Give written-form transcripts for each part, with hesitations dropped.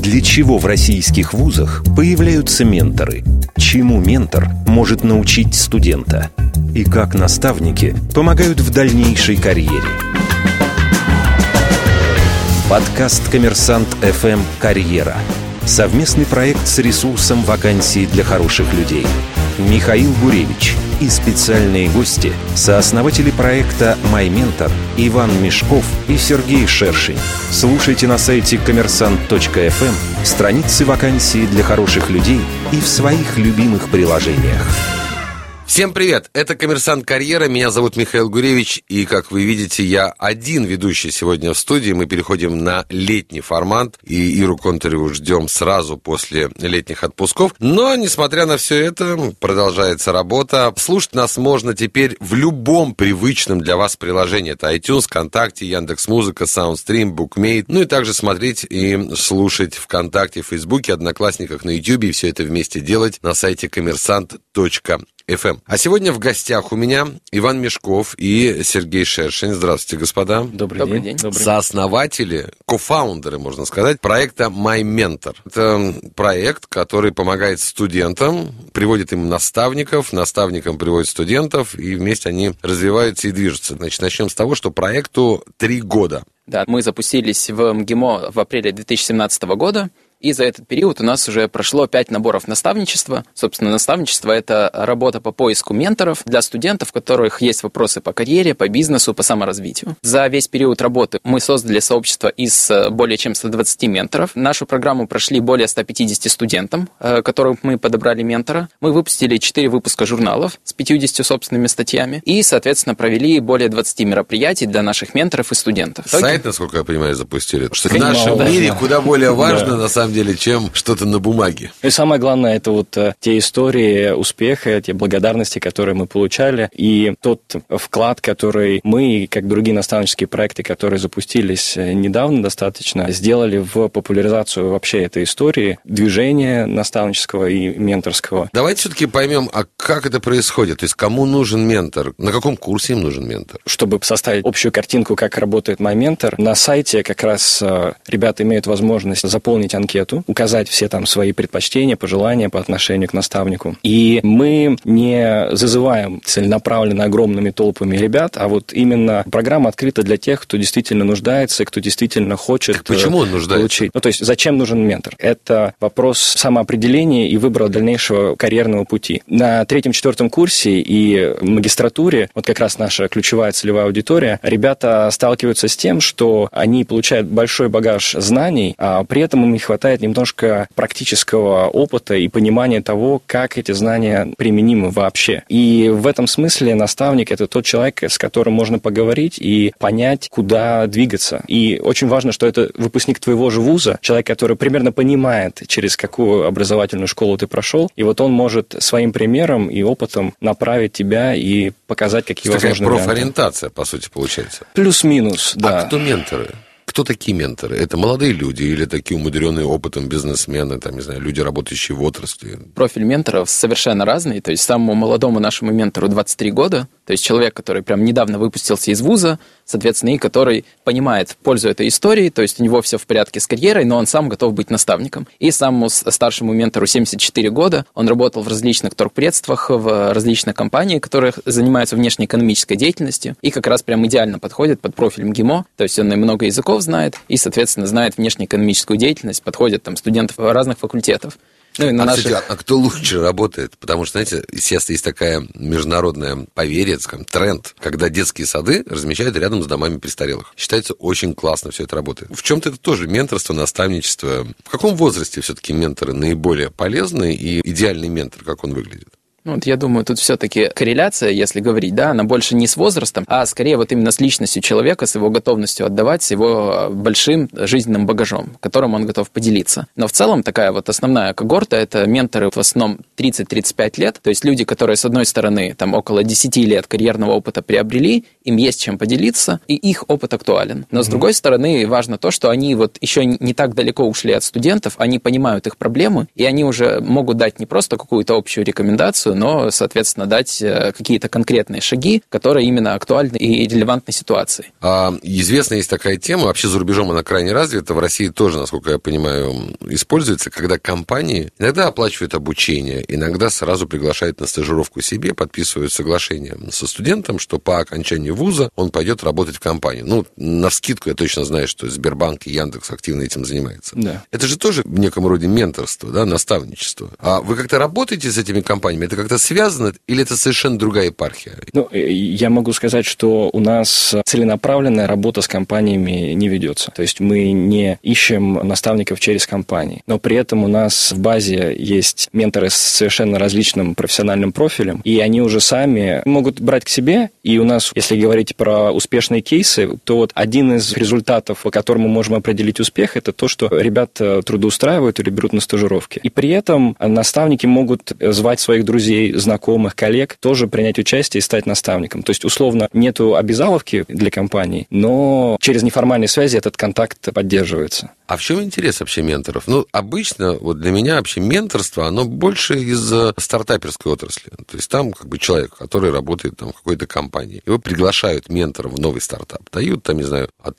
Для чего в российских вузах появляются менторы? Чему ментор может научить студента? И как наставники помогают в дальнейшей карьере? Подкаст «Коммерсант ФМ. Карьера». Совместный проект с ресурсом «Вакансии для хороших людей». Михаил Гуревич и специальные гости, сооснователи проекта «MyMentor» Иван Мешков и Сергей Шершень. Слушайте на сайте коммерсант.фм, страницы вакансии для хороших людей и в своих любимых приложениях. Всем привет, это «Коммерсант. Карьера», меня зовут Михаил Гуревич, и, как вы видите, я один ведущий сегодня в студии. Мы переходим на летний формат, и Иру Контареву ждем сразу после летних отпусков. Но, несмотря на все это, продолжается работа. Слушать нас можно теперь в любом привычном для вас приложении. Это iTunes, ВКонтакте, Яндекс.Музыка, Soundstream, Bookmate. Ну и также смотреть и слушать ВКонтакте, Фейсбуке, Одноклассниках, на Ютьюбе, и все это вместе делать на сайте коммерсант.фм. А сегодня в гостях у меня Иван Мешков и Сергей Шершень. Здравствуйте, господа. Добрый день. Сооснователи, кофаундеры, можно сказать, проекта MyMentor. Это проект, который помогает студентам, приводит им наставников, наставникам приводит студентов, и вместе они развиваются и движутся. Значит, начнем с того, что проекту 3 года. Да, мы запустились в МГИМО в апреле 2017 года. И за этот период у нас уже прошло 5 наборов наставничества. Собственно, наставничество – это работа по поиску менторов для студентов, у которых есть вопросы по карьере, по бизнесу, по саморазвитию. За весь период работы мы создали сообщество из более чем 120 менторов. Нашу программу прошли более 150 студентам, которым мы подобрали ментора. Мы выпустили 4 выпуска журналов с 50 собственными статьями и, соответственно, провели более 20 мероприятий для наших менторов и студентов. Сайт, насколько я понимаю, запустили. Что в нашем мире куда более важно, на самом деле, чем что-то на бумаге. И самое главное, это вот те истории успеха, те благодарности, которые мы получали, и тот вклад, который мы, как другие наставнические проекты, которые запустились недавно достаточно, сделали в популяризацию вообще этой истории, движения наставнического и менторского. Давайте все-таки поймем, а как это происходит? То есть, кому нужен ментор? На каком курсе им нужен ментор? Чтобы составить общую картинку, как работает MyMentor, на сайте как раз ребята имеют возможность заполнить анкету, указать все там свои предпочтения, пожелания по отношению к наставнику. И мы не зазываем целенаправленно огромными толпами ребят, а вот именно программа открыта для тех, кто действительно нуждается, кто действительно хочет так почему он нуждается? Получить. Ну, то есть, зачем нужен ментор? Это вопрос самоопределения и выбора дальнейшего карьерного пути. На 3-4 курсе и магистратуре, вот как раз наша ключевая целевая аудитория, ребята сталкиваются с тем, что они получают большой багаж знаний, а при этом им не хватает немножко практического опыта и понимания того, как эти знания применимы вообще. И в этом смысле наставник – это тот человек, с которым можно поговорить и понять, куда двигаться. И очень важно, что это выпускник твоего же вуза, человек, который примерно понимает, через какую образовательную школу ты прошел, и вот он может своим примером и опытом направить тебя и показать, какие возможные варианты. Такая профориентация, по сути, получается. Плюс-минус, да. А кто менторы? Кто такие менторы? Это молодые люди или такие умудренные опытом бизнесмены, там, не знаю, люди, работающие в отрасли? Профиль менторов совершенно разный. То есть самому молодому нашему ментору 23 года, то есть человек, который прям недавно выпустился из вуза, соответственно, и который понимает пользу этой истории, то есть у него все в порядке с карьерой, но он сам готов быть наставником. И самому старшему ментору 74 года, он работал в различных торгпредствах, в различных компаниях, которые занимаются внешнеэкономической деятельностью, и как раз прям идеально подходит под профиль МГИМО, то есть он и много языков знает, и, соответственно, знает внешнеэкономическую деятельность, подходят там студентов разных факультетов. Ну, и кстати, а кто лучше работает? Потому что, знаете, сейчас есть такая международная поверье, скажем, тренд, когда детские сады размещают рядом с домами престарелых. Считается, очень классно все это работает. В чем-то это тоже менторство, наставничество. В каком возрасте все-таки менторы наиболее полезны и идеальный ментор, как он выглядит? Ну, вот я думаю, тут все-таки корреляция, если говорить, да, она больше не с возрастом, а скорее вот именно с личностью человека, с его готовностью отдавать, с его большим жизненным багажом, которым он готов поделиться. Но в целом такая вот основная когорта – это менторы в основном 30-35 лет, то есть люди, которые, с одной стороны, там около 10 лет карьерного опыта приобрели, им есть чем поделиться, и их опыт актуален. Но с другой стороны, важно то, что они вот еще не так далеко ушли от студентов, они понимают их проблемы, и они уже могут дать не просто какую-то общую рекомендацию, информацию, но, соответственно, дать какие-то конкретные шаги, которые именно актуальны и релевантны ситуации. Известно, есть такая тема, вообще за рубежом она крайне развита, в России тоже, насколько я понимаю, используется, когда компании иногда оплачивают обучение, иногда сразу приглашают на стажировку себе, подписывают соглашение со студентом, что по окончанию вуза он пойдет работать в компанию. Ну, навскидку я точно знаю, что Сбербанк и Яндекс активно этим занимаются. Да. Это же тоже в неком роде менторство, да, наставничество. А вы как-то работаете с этими компаниями? Это как-то связано или это совершенно другая епархия? Ну, я могу сказать, что у нас целенаправленная работа с компаниями не ведется. То есть мы не ищем наставников через компании. Но при этом у нас в базе есть менторы с совершенно различным профессиональным профилем, и они уже сами могут брать к себе. И у нас, если говорить про успешные кейсы, то вот один из результатов, по которому мы можем определить успех, это то, что ребят трудоустраивают или берут на стажировки. И при этом наставники могут звать своих друзей, знакомых, коллег, тоже принять участие и стать наставником. То есть, условно, нету обязаловки для компании, но через неформальные связи этот контакт поддерживается. А в чем интерес вообще менторов? Ну, обычно, вот для меня вообще менторство, оно больше из стартаперской отрасли. То есть там как бы человек, который работает там в какой-то компании, его приглашают ментором в новый стартап, дают там, не знаю, от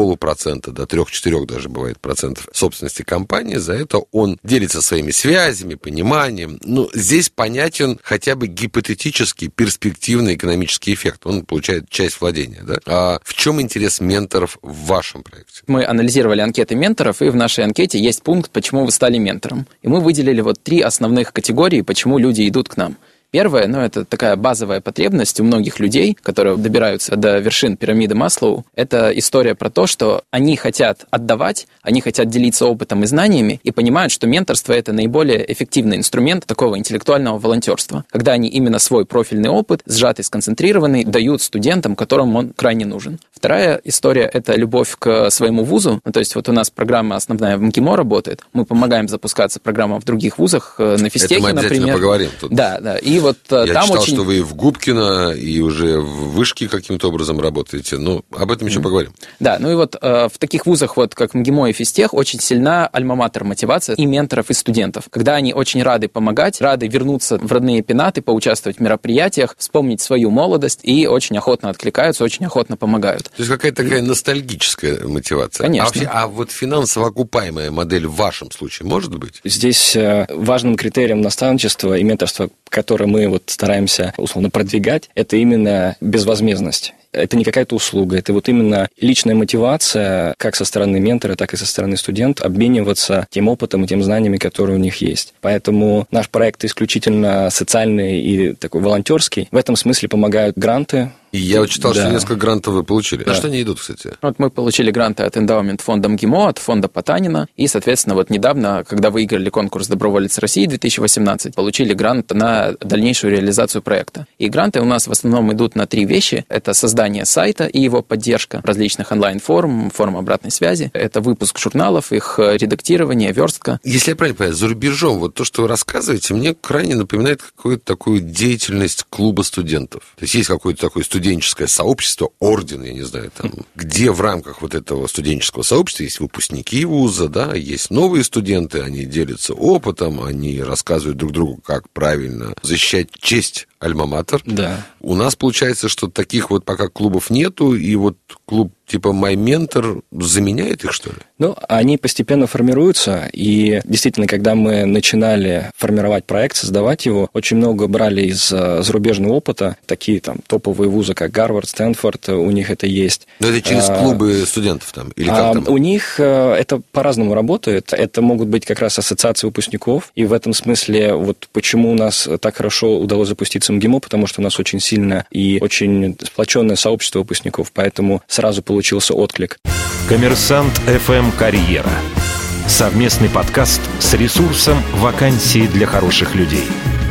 0,5% до 3-4 даже бывает процентов собственности компании, за это он делится своими связями, пониманием. Ну, здесь понятен хотя бы гипотетический, перспективный экономический эффект. Он получает часть владения, да? А в чем интерес менторов в вашем проекте? Мы анализировали анкеты менторов, и в нашей анкете есть пункт, почему вы стали ментором. И мы выделили вот 3 основных категории, почему люди идут к нам. Первое, это такая базовая потребность у многих людей, которые добираются до вершин пирамиды Маслоу. Это история про то, что они хотят отдавать, они хотят делиться опытом и знаниями, и понимают, что менторство – это наиболее эффективный инструмент такого интеллектуального волонтерства, когда они именно свой профильный опыт, сжатый, сконцентрированный, дают студентам, которым он крайне нужен. Вторая история – это любовь к своему вузу. То есть вот у нас программа основная в МГИМО работает, мы помогаем запускаться программам в других вузах, на физтехе, например. Это мы обязательно поговорим тут. Да. И вот я там читал, очень... что вы в Губкино и уже в Вышке каким-то образом работаете. Ну, об этом еще поговорим. Да, и вот в таких вузах, вот как МГИМО и физтех, очень сильна альма-матер мотивация и менторов, и студентов. Когда они очень рады помогать, рады вернуться в родные пенаты, поучаствовать в мероприятиях, вспомнить свою молодость и очень охотно откликаются, очень охотно помогают. То есть какая-то такая ностальгическая мотивация. Конечно. А вот финансово окупаемая модель в вашем случае может быть? Здесь важным критерием наставничества и менторства, которое мы вот стараемся условно продвигать, это именно безвозмездность. Это не какая-то услуга, это вот именно личная мотивация как со стороны ментора, так и со стороны студента обмениваться тем опытом и тем знаниями, которые у них есть. Поэтому наш проект исключительно социальный и такой волонтерский. В этом смысле помогают гранты. И я читал, Да. что несколько грантов вы получили. Да. На что они идут, кстати? Вот мы получили гранты от эндаумент фонда МГИМО, от фонда Потанина, и, соответственно, вот недавно, когда выиграли конкурс «Доброволец России» 2018, получили грант на дальнейшую реализацию проекта. И гранты у нас в основном идут на 3 вещи. Это создание сайта и его поддержка различных онлайн-форм, форм обратной связи. Это выпуск журналов, их редактирование, верстка. Если я правильно понимаю, за рубежом вот то, что вы рассказываете, мне крайне напоминает какую-то такую деятельность клуба студентов. То есть какое-то такое студенческое сообщество, орден, я не знаю, там, где в рамках вот этого студенческого сообщества есть выпускники вуза, да, есть новые студенты, они делятся опытом, они рассказывают друг другу, как правильно защищать честь альма-матер. Да. У нас получается, что таких вот пока клубов нету, и вот клуб типа My Mentor заменяет их, что ли? Ну, они постепенно формируются, и действительно, когда мы начинали формировать проект, создавать его, очень много брали из зарубежного опыта, такие там топовые вузы, как Гарвард, Стэнфорд, у них это есть. Но это через клубы студентов там, или как там? У них это по-разному работает, это могут быть как раз ассоциации выпускников, и в этом смысле вот почему у нас так хорошо удалось запуститься МГИМО, потому что у нас очень сильное и очень сплоченное сообщество выпускников, поэтому сразу получился отклик. Коммерсант ФМ «Карьера». Совместный подкаст с ресурсом «Вакансии для хороших людей».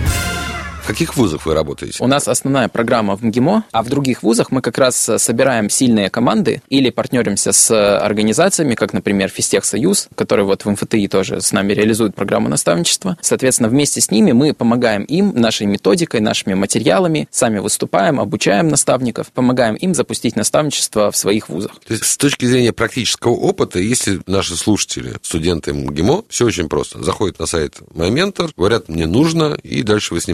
В каких вузах вы работаете? У нас основная программа в МГИМО, а в других вузах мы как раз собираем сильные команды или партнеримся с организациями, как, например, Физтехсоюз, который вот в МФТИ тоже с нами реализует программу наставничества. Соответственно, вместе с ними мы помогаем им нашей методикой, нашими материалами, сами выступаем, обучаем наставников, помогаем им запустить наставничество в своих вузах. То есть, с точки зрения практического опыта, если наши слушатели, студенты МГИМО, все очень просто. Заходят на сайт My Mentor, говорят, мне нужно, и дальше вы с ними работаете.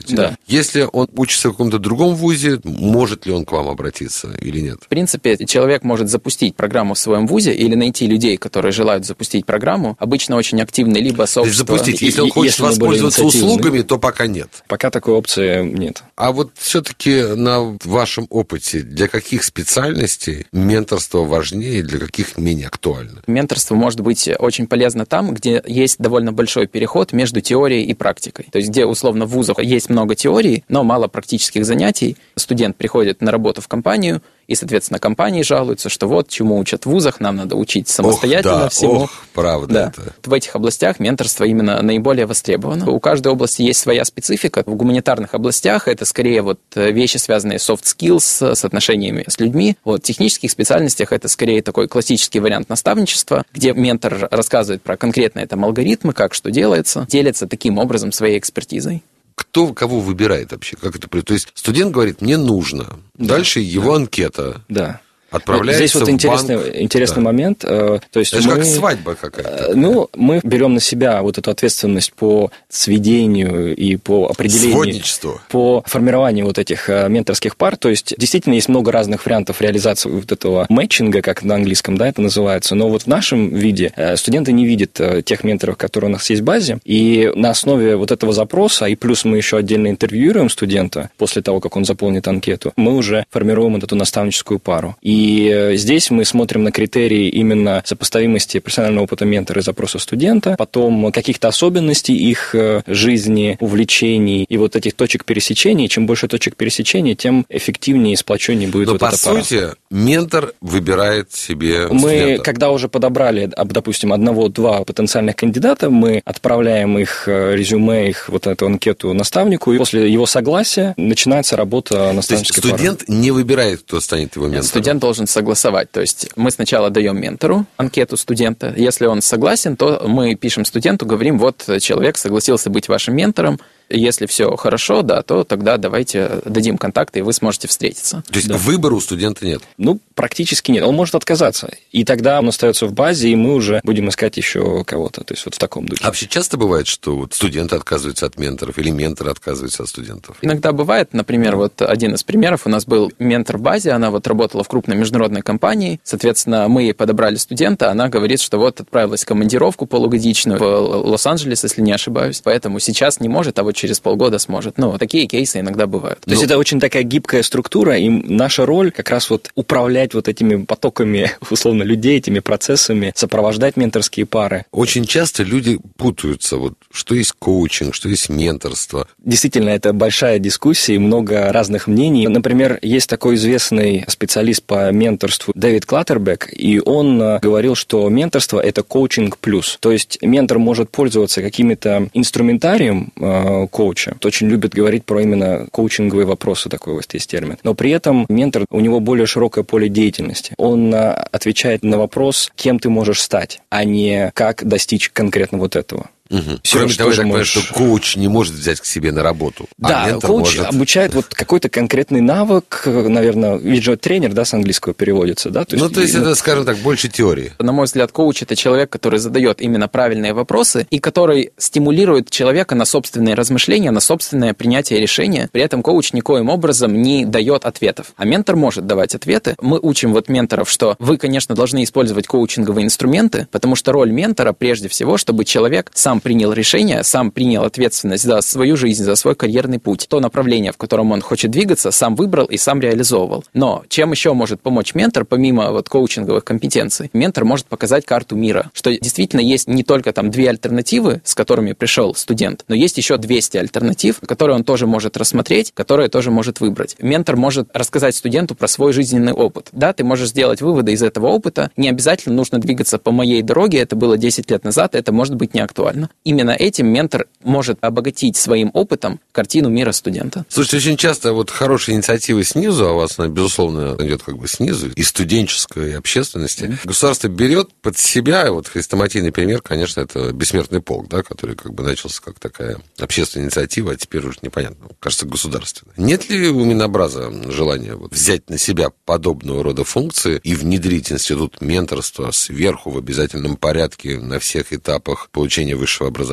есть, да. Если он учится в каком-то другом вузе, может ли он к вам обратиться или нет? В принципе, человек может запустить программу в своем вузе или найти людей, которые желают запустить программу. Обычно очень активные либо сообщества... То есть запустить. Если он хочет воспользоваться услугами, то пока нет. Пока такой опции нет. А вот все-таки на вашем опыте для каких специальностей менторство важнее, для каких менее актуально? Менторство может быть очень полезно там, где есть довольно большой переход между теорией и практикой. То есть где, условно, в вузах есть много теории, но мало практических занятий. Студент приходит на работу в компанию, и, соответственно, компании жалуются, что вот чему учат в вузах, нам надо учить самостоятельно всему. Правда да. это. В этих областях менторство именно наиболее востребовано. У каждой области есть своя специфика. В гуманитарных областях это скорее вот вещи, связанные с soft skills, с отношениями с людьми. Вот в технических специальностях это скорее такой классический вариант наставничества, где ментор рассказывает про конкретные там алгоритмы, как что делается, делится таким образом своей экспертизой. Кто кого выбирает вообще? Как это? То есть студент говорит, мне нужно. Да, дальше его анкета. Да. Отправляется здесь вот интересный момент. То есть это же как свадьба какая-то. Мы берем на себя вот эту ответственность по сведению и по определению, сводничеству, по формированию вот этих менторских пар. То есть действительно есть много разных вариантов реализации вот этого мэтчинга, как на английском, да, это называется. Но вот в нашем виде студенты не видят тех менторов, которые у нас есть в базе. И на основе вот этого запроса, и плюс мы еще отдельно интервьюируем студента после того, как он заполнит анкету, мы уже формируем вот эту наставническую пару. И здесь мы смотрим на критерии именно сопоставимости профессионального опыта ментора и запроса студента, потом каких-то особенностей их жизни, увлечений и вот этих точек пересечения. Чем больше точек пересечения, тем эффективнее и сплоченнее будет вот эта пара. Но, по сути, ментор выбирает себе студента. Мы, когда уже подобрали, допустим, 1-2 потенциальных кандидата, мы отправляем их резюме, их вот эту анкету наставнику, и после его согласия начинается работа наставнической пары. То есть студент не выбирает, кто станет его ментором? Студент должен согласовать. То есть мы сначала даем ментору анкету студента. Если он согласен, то мы пишем студенту, говорим, вот человек согласился быть вашим ментором. Если все хорошо, да, то тогда давайте дадим контакты, и вы сможете встретиться. То есть выбора у студента нет? Практически нет. Он может отказаться. И тогда он остается в базе, и мы уже будем искать еще кого-то. То есть вот в таком духе. А вообще часто бывает, что вот студенты отказываются от менторов или менторы отказываются от студентов? Иногда бывает. Например, вот один из примеров. У нас был ментор в базе, она вот работала в крупной международной компании. Соответственно, мы ей подобрали студента, она говорит, что вот отправилась в командировку полугодичную в Лос-Анджелес, если не ошибаюсь. Поэтому сейчас не может, а вот через полгода сможет. Такие кейсы иногда бывают. То есть это очень такая гибкая структура, и наша роль как раз вот управлять вот этими потоками, условно, людей, этими процессами, сопровождать менторские пары. Очень часто люди путаются, вот что есть коучинг, что есть менторство. Действительно, это большая дискуссия и много разных мнений. Например, есть такой известный специалист по менторству Дэвид Клаттербек, и он говорил, что менторство – это коучинг плюс. То есть ментор может пользоваться каким-то инструментарием коуча. Очень любит говорить про именно коучинговые вопросы, такой вот есть термин. Но при этом ментор, у него более широкое поле деятельности. Он отвечает на вопрос, кем ты можешь стать, а не как достичь конкретно вот этого. Угу. Кроме того, я так понимаю, что коуч не может взять к себе на работу. Да, коуч обучает вот какой-то конкретный навык, наверное, ведь же тренер, да, с английского переводится, да? То есть это, скажем так, больше теории. На мой взгляд, коуч – это человек, который задает именно правильные вопросы и который стимулирует человека на собственные размышления, на собственное принятие решения. При этом коуч никоим образом не дает ответов. А ментор может давать ответы. Мы учим вот менторов, что вы, конечно, должны использовать коучинговые инструменты, потому что роль ментора прежде всего, чтобы человек сам принял решение, сам принял ответственность за свою жизнь, за свой карьерный путь. То направление, в котором он хочет двигаться, сам выбрал и сам реализовывал. Но чем еще может помочь ментор, помимо вот коучинговых компетенций? Ментор может показать карту мира, что действительно есть не только там 2 альтернативы, с которыми пришел студент, но есть еще 200 альтернатив, которые он тоже может рассмотреть, которые тоже может выбрать. Ментор может рассказать студенту про свой жизненный опыт. Да, ты можешь сделать выводы из этого опыта. Не обязательно нужно двигаться по моей дороге, это было 10 лет назад, это может быть не актуально. Именно этим ментор может обогатить своим опытом картину мира студента. Слушайте, очень часто вот хорошие инициативы снизу, а у вас она, безусловно, идет как бы снизу, и студенческой общественности. Государство берет под себя, вот хрестоматийный пример, конечно, это «Бессмертный полк», да, который как бы начался как такая общественная инициатива, а теперь уже непонятно, кажется, государственная. Нет ли у Минобраза желания вот взять на себя подобного рода функции и внедрить институт менторства сверху в обязательном порядке на всех этапах получения высшего образования?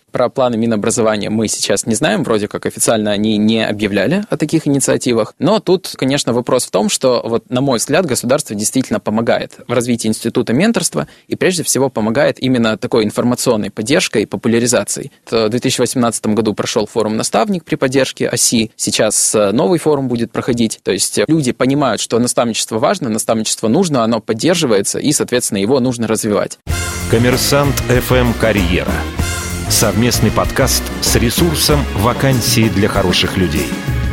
Про планы Минобразования мы сейчас не знаем, вроде как официально они не объявляли о таких инициативах. Но тут, конечно, вопрос в том, что, вот, на мой взгляд, государство действительно помогает в развитии института менторства и прежде всего помогает именно такой информационной поддержкой и популяризацией. В 2018 году прошел форум «Наставник» при поддержке ОСИ. Сейчас новый форум будет проходить. То есть люди понимают, что наставничество важно, наставничество нужно, оно поддерживается и, соответственно, его нужно развивать. Коммерсант ФМ «Карьера». Совместный подкаст с ресурсом «Вакансии для хороших людей».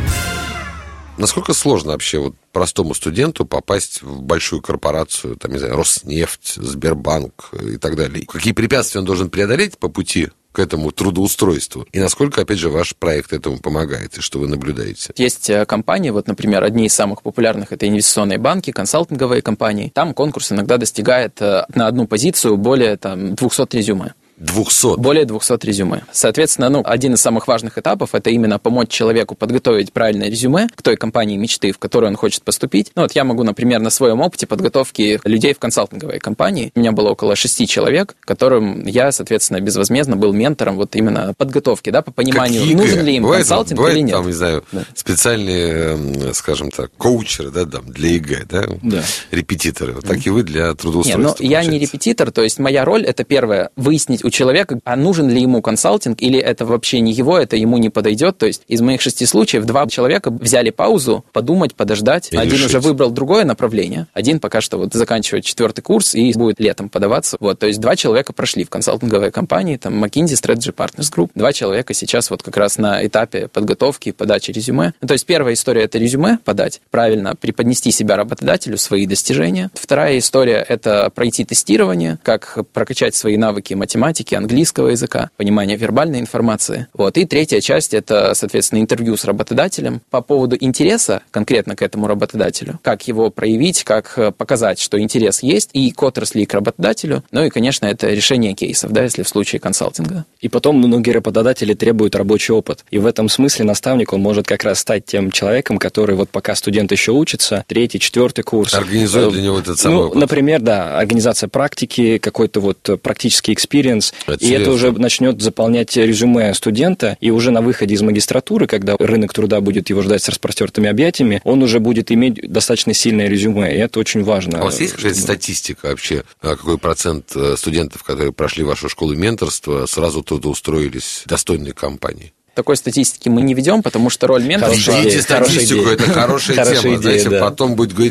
Насколько сложно вообще вот простому студенту попасть в большую корпорацию, там, не знаю, Роснефть, Сбербанк и так далее? Какие препятствия он должен преодолеть по пути к этому трудоустройству? И насколько, опять же, ваш проект этому помогает, и что вы наблюдаете? Есть компании, вот, например, одни из самых популярных – это инвестиционные банки, консалтинговые компании. Там конкурс иногда достигает на одну позицию более 200 резюме. 200? Более 200 резюме. Соответственно, один из самых важных этапов – это именно помочь человеку подготовить правильное резюме к той компании мечты, в которую он хочет поступить. Я могу, например, на своем опыте подготовки людей в консалтинговой компании. У меня было около 6 человек, которым я, соответственно, безвозмездно был ментором вот именно подготовки, по пониманию, нужен ли им консалтинг или нет. Там, не знаю, специальные, скажем так, коучеры, для ЕГЭ, репетиторы. Вот так и вы для трудоустройства. Нет, я не репетитор, то есть моя роль – это первое – выяснить у человека, а нужен ли ему консалтинг, или это вообще не его, это ему не подойдет. То есть из моих 6 случаев 2 человека взяли паузу, подумать, подождать. Один уже выбрал другое направление, один пока что заканчивает 4-й курс и будет летом подаваться. То есть 2 человека прошли в консалтинговые компании, там McKinsey, Strategy Partners Group. 2 человека сейчас как раз на этапе подготовки, подачи резюме. То есть первая история – это резюме подать, правильно преподнести себя работодателю, свои достижения. Вторая история – это пройти тестирование, как прокачать свои навыки математики, английского языка, понимание вербальной информации. И третья часть – это, соответственно, интервью с работодателем по поводу интереса конкретно к этому работодателю, как его проявить, как показать, что интерес есть и к отрасли, и к работодателю. И, конечно, это решение кейсов, если в случае консалтинга. И потом многие работодатели требуют рабочий опыт. И в этом смысле наставник, он может как раз стать тем человеком, который пока студент еще учится, 3-й, 4-й курс. Организует для него этот самый опыт. Например, организация практики, какой-то практический экспириенс. И это уже начнет заполнять резюме студента, и уже на выходе из магистратуры, когда рынок труда будет его ждать с распростертыми объятиями, он уже будет иметь достаточно сильное резюме, и это очень важно. А у вас есть какая-то статистика вообще, какой процент студентов, которые прошли вашу школу менторства, сразу трудоустроились в достойной компании? Такой статистики мы не ведем, потому что роль менторства... Ведите статистику, это хорошая тема. Знаете, потом будет говорить,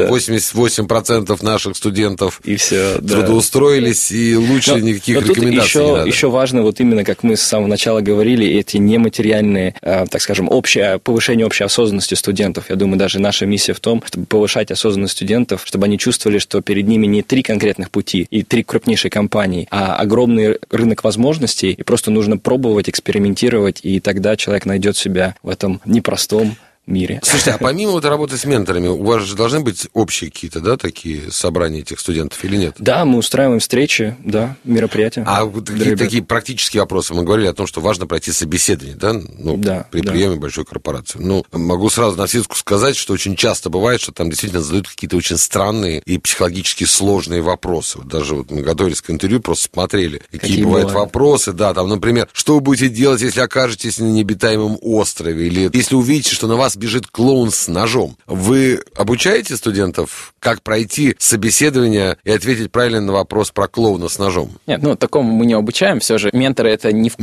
88% наших студентов и все, трудоустроились, и лучше никаких рекомендаций не надо. Еще важно, именно как мы с самого начала говорили, эти нематериальные, так скажем, повышение общей осознанности студентов. Я думаю, даже наша миссия в том, чтобы повышать осознанность студентов, чтобы они чувствовали, что перед ними не 3 конкретных пути и 3 крупнейшие компании, а огромный рынок возможностей, и просто нужно пробовать, экспериментировать, и тогда человек найдет себя в этом непростом мире. Слушайте, а помимо работы с менторами, у вас же должны быть общие какие-то, такие собрания этих студентов или нет? Да, мы устраиваем встречи, мероприятия. А такие практические вопросы. Мы говорили о том, что важно пройти собеседование, при приеме большой корпорации. Могу сразу на вскидку сказать, что очень часто бывает, что там действительно задают какие-то очень странные и психологически сложные вопросы. Даже мы готовились к интервью, просто смотрели, какие бывают вопросы. Например, что вы будете делать, если окажетесь на необитаемом острове, или если увидите, что на вас бежит клоун с ножом. Вы обучаете студентов, как пройти собеседование и ответить правильно на вопрос про клоуна с ножом? Нет, такому мы не обучаем. Все же менторы — это не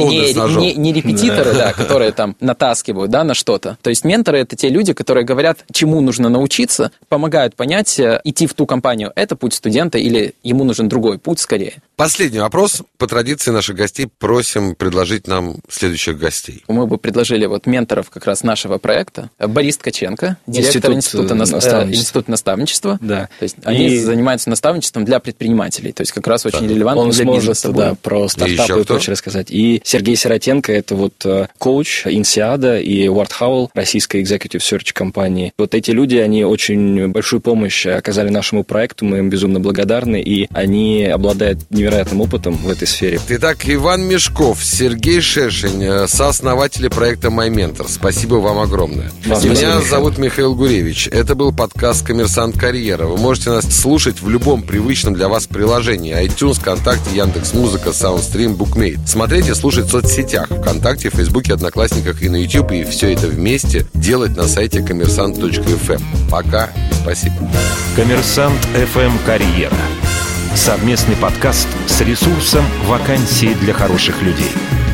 репетиторы, которые там натаскивают, на что-то. То есть менторы — это те люди, которые говорят, чему нужно научиться, помогают понять, идти в ту компанию. Это путь студента или ему нужен другой путь скорее. Последний вопрос. По традиции наших гостей просим предложить нам следующих гостей. Мы бы предложили менторов как раз нашего проекта. Борис Ткаченко, директор Института наставничества. Да. То есть они занимаются наставничеством для предпринимателей. То есть как раз очень релевантно для бизнеса. Он сможет про стартапы и прочее рассказать. И Сергей Сиротенко, это коуч INSEAD и Ward Howell, российской executive search компании. Эти люди, они очень большую помощь оказали нашему проекту, мы им безумно благодарны, и они обладают невероятным опытом в этой сфере. Итак, Иван Мешков, Сергей Шершень, сооснователи проекта MyMentor. Спасибо вам огромное. огромное. Спасибо, Меня Михаил. зовут Михаил Гуревич. Это был подкаст «Коммерсант Карьера». Вы можете нас слушать в любом привычном для вас приложении: iTunes, ВКонтакте, Яндекс.Музыка, Soundstream, Bookmate. Смотреть и слушать в соцсетях: ВКонтакте, Фейсбуке, Одноклассниках и на YouTube. И все это вместе делать на сайте коммерсант.фм. Пока и спасибо. «Коммерсант ФМ Карьера». Совместный подкаст с ресурсом «Вакансии для хороших людей».